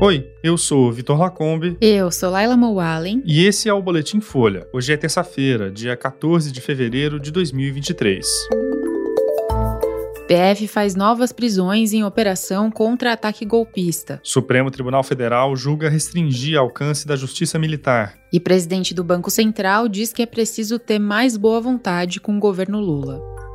Oi, eu sou o Vitor Lacombe. Eu sou Laila Moualen. E esse é o Boletim Folha. Hoje é terça-feira, dia 14 de fevereiro de 2023. PF faz novas prisões em operação contra ataque golpista. Supremo Tribunal Federal julga restringir alcance da Justiça Militar. E presidente do Banco Central diz que é preciso ter mais boa vontade com o governo Lula.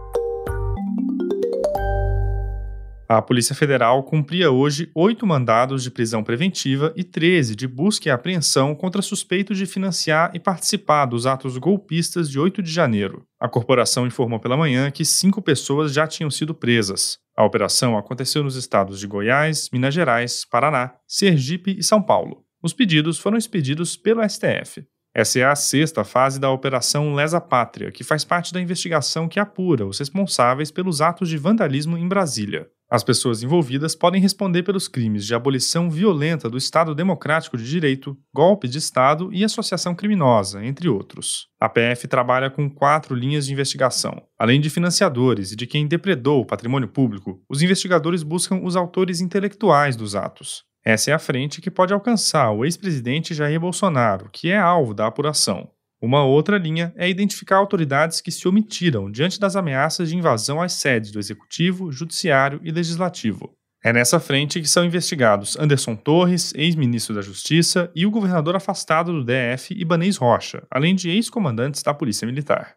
A Polícia Federal cumpria hoje 8 mandados de prisão preventiva e 13 de busca e apreensão contra suspeitos de financiar e participar dos atos golpistas de 8 de janeiro. A corporação informou pela manhã que 5 pessoas já tinham sido presas. A operação aconteceu nos estados de Goiás, Minas Gerais, Paraná, Sergipe e São Paulo. Os pedidos foram expedidos pelo STF. Essa é a 6ª fase da Operação Lesa Pátria, que faz parte da investigação que apura os responsáveis pelos atos de vandalismo em Brasília. As pessoas envolvidas podem responder pelos crimes de abolição violenta do Estado Democrático de Direito, golpe de Estado e associação criminosa, entre outros. A PF trabalha com 4 linhas de investigação. Além de financiadores e de quem depredou o patrimônio público, os investigadores buscam os autores intelectuais dos atos. Essa é a frente que pode alcançar o ex-presidente Jair Bolsonaro, que é alvo da apuração. Uma outra linha é identificar autoridades que se omitiram diante das ameaças de invasão às sedes do Executivo, Judiciário e Legislativo. É nessa frente que são investigados Anderson Torres, ex-ministro da Justiça, e o governador afastado do DF, Ibanez Rocha, além de ex-comandantes da Polícia Militar.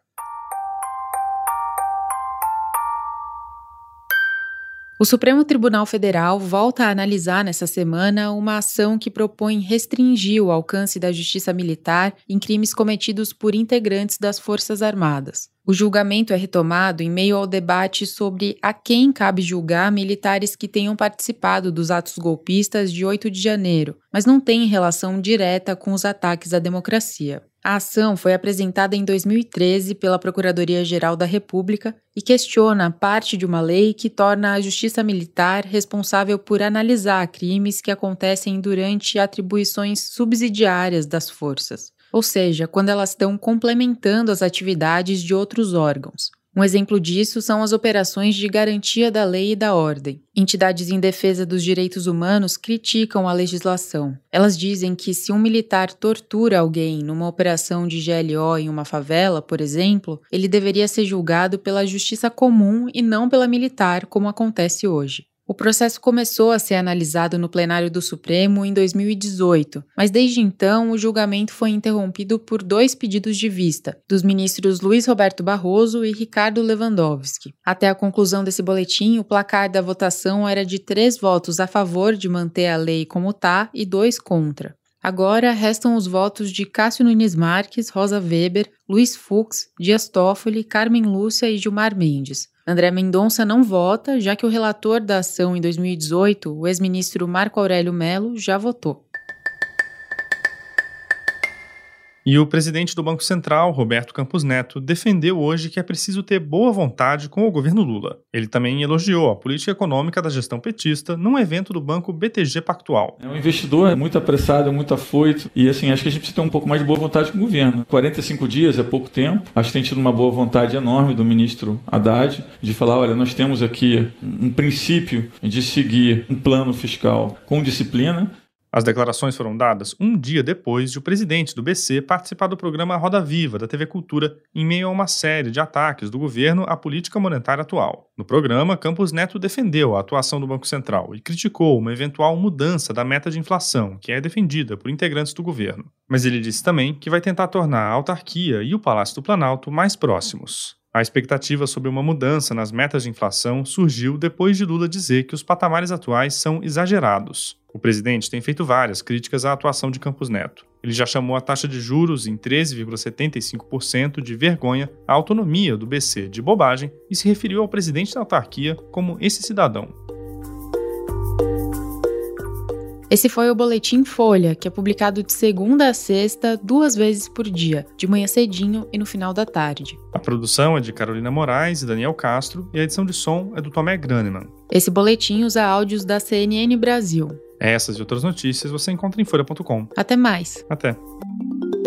O Supremo Tribunal Federal volta a analisar nessa semana uma ação que propõe restringir o alcance da justiça militar em crimes cometidos por integrantes das Forças Armadas. O julgamento é retomado em meio ao debate sobre a quem cabe julgar militares que tenham participado dos atos golpistas de 8 de janeiro, mas não têm relação direta com os ataques à democracia. A ação foi apresentada em 2013 pela Procuradoria-Geral da República e questiona parte de uma lei que torna a Justiça Militar responsável por analisar crimes que acontecem durante atribuições subsidiárias das forças, ou seja, quando elas estão complementando as atividades de outros órgãos. Um exemplo disso são as operações de garantia da lei e da ordem. Entidades em defesa dos direitos humanos criticam a legislação. Elas dizem que se um militar tortura alguém numa operação de GLO em uma favela, por exemplo, ele deveria ser julgado pela justiça comum e não pela militar, como acontece hoje. O processo começou a ser analisado no plenário do Supremo em 2018, mas desde então o julgamento foi interrompido por 2 pedidos de vista, dos ministros Luiz Roberto Barroso e Ricardo Lewandowski. Até a conclusão desse boletim, o placar da votação era de 3 votos a favor de manter a lei como está e 2 contra. Agora restam os votos de Cássio Nunes Marques, Rosa Weber, Luiz Fux, Dias Toffoli, Carmen Lúcia e Gilmar Mendes. André Mendonça não vota, já que o relator da ação em 2018, o ex-ministro Marco Aurélio Mello, já votou. E o presidente do Banco Central, Roberto Campos Neto, defendeu hoje que é preciso ter boa vontade com o governo Lula. Ele também elogiou a política econômica da gestão petista num evento do banco BTG Pactual. O investidor é muito apressado, é muito afoito e acho que a gente precisa ter um pouco mais de boa vontade com o governo. 45 dias é pouco tempo. Acho que tem tido uma boa vontade enorme do ministro Haddad de falar, olha, nós temos aqui um princípio de seguir um plano fiscal com disciplina. As declarações foram dadas um dia depois de o presidente do BC participar do programa Roda Viva da TV Cultura em meio a uma série de ataques do governo à política monetária atual. No programa, Campos Neto defendeu a atuação do Banco Central e criticou uma eventual mudança da meta de inflação, que é defendida por integrantes do governo. Mas ele disse também que vai tentar tornar a autarquia e o Palácio do Planalto mais próximos. A expectativa sobre uma mudança nas metas de inflação surgiu depois de Lula dizer que os patamares atuais são exagerados. O presidente tem feito várias críticas à atuação de Campos Neto. Ele já chamou a taxa de juros em 13,75% de vergonha, a autonomia do BC de bobagem e se referiu ao presidente da autarquia como esse cidadão. Esse foi o Boletim Folha, que é publicado de segunda a sexta, 2 vezes por dia, de manhã cedinho e no final da tarde. A produção é de Carolina Moraes e Daniel Castro e a edição de som é do Tomé Graneman. Esse boletim usa áudios da CNN Brasil. Essas e outras notícias você encontra em folha.com. Até mais. Até.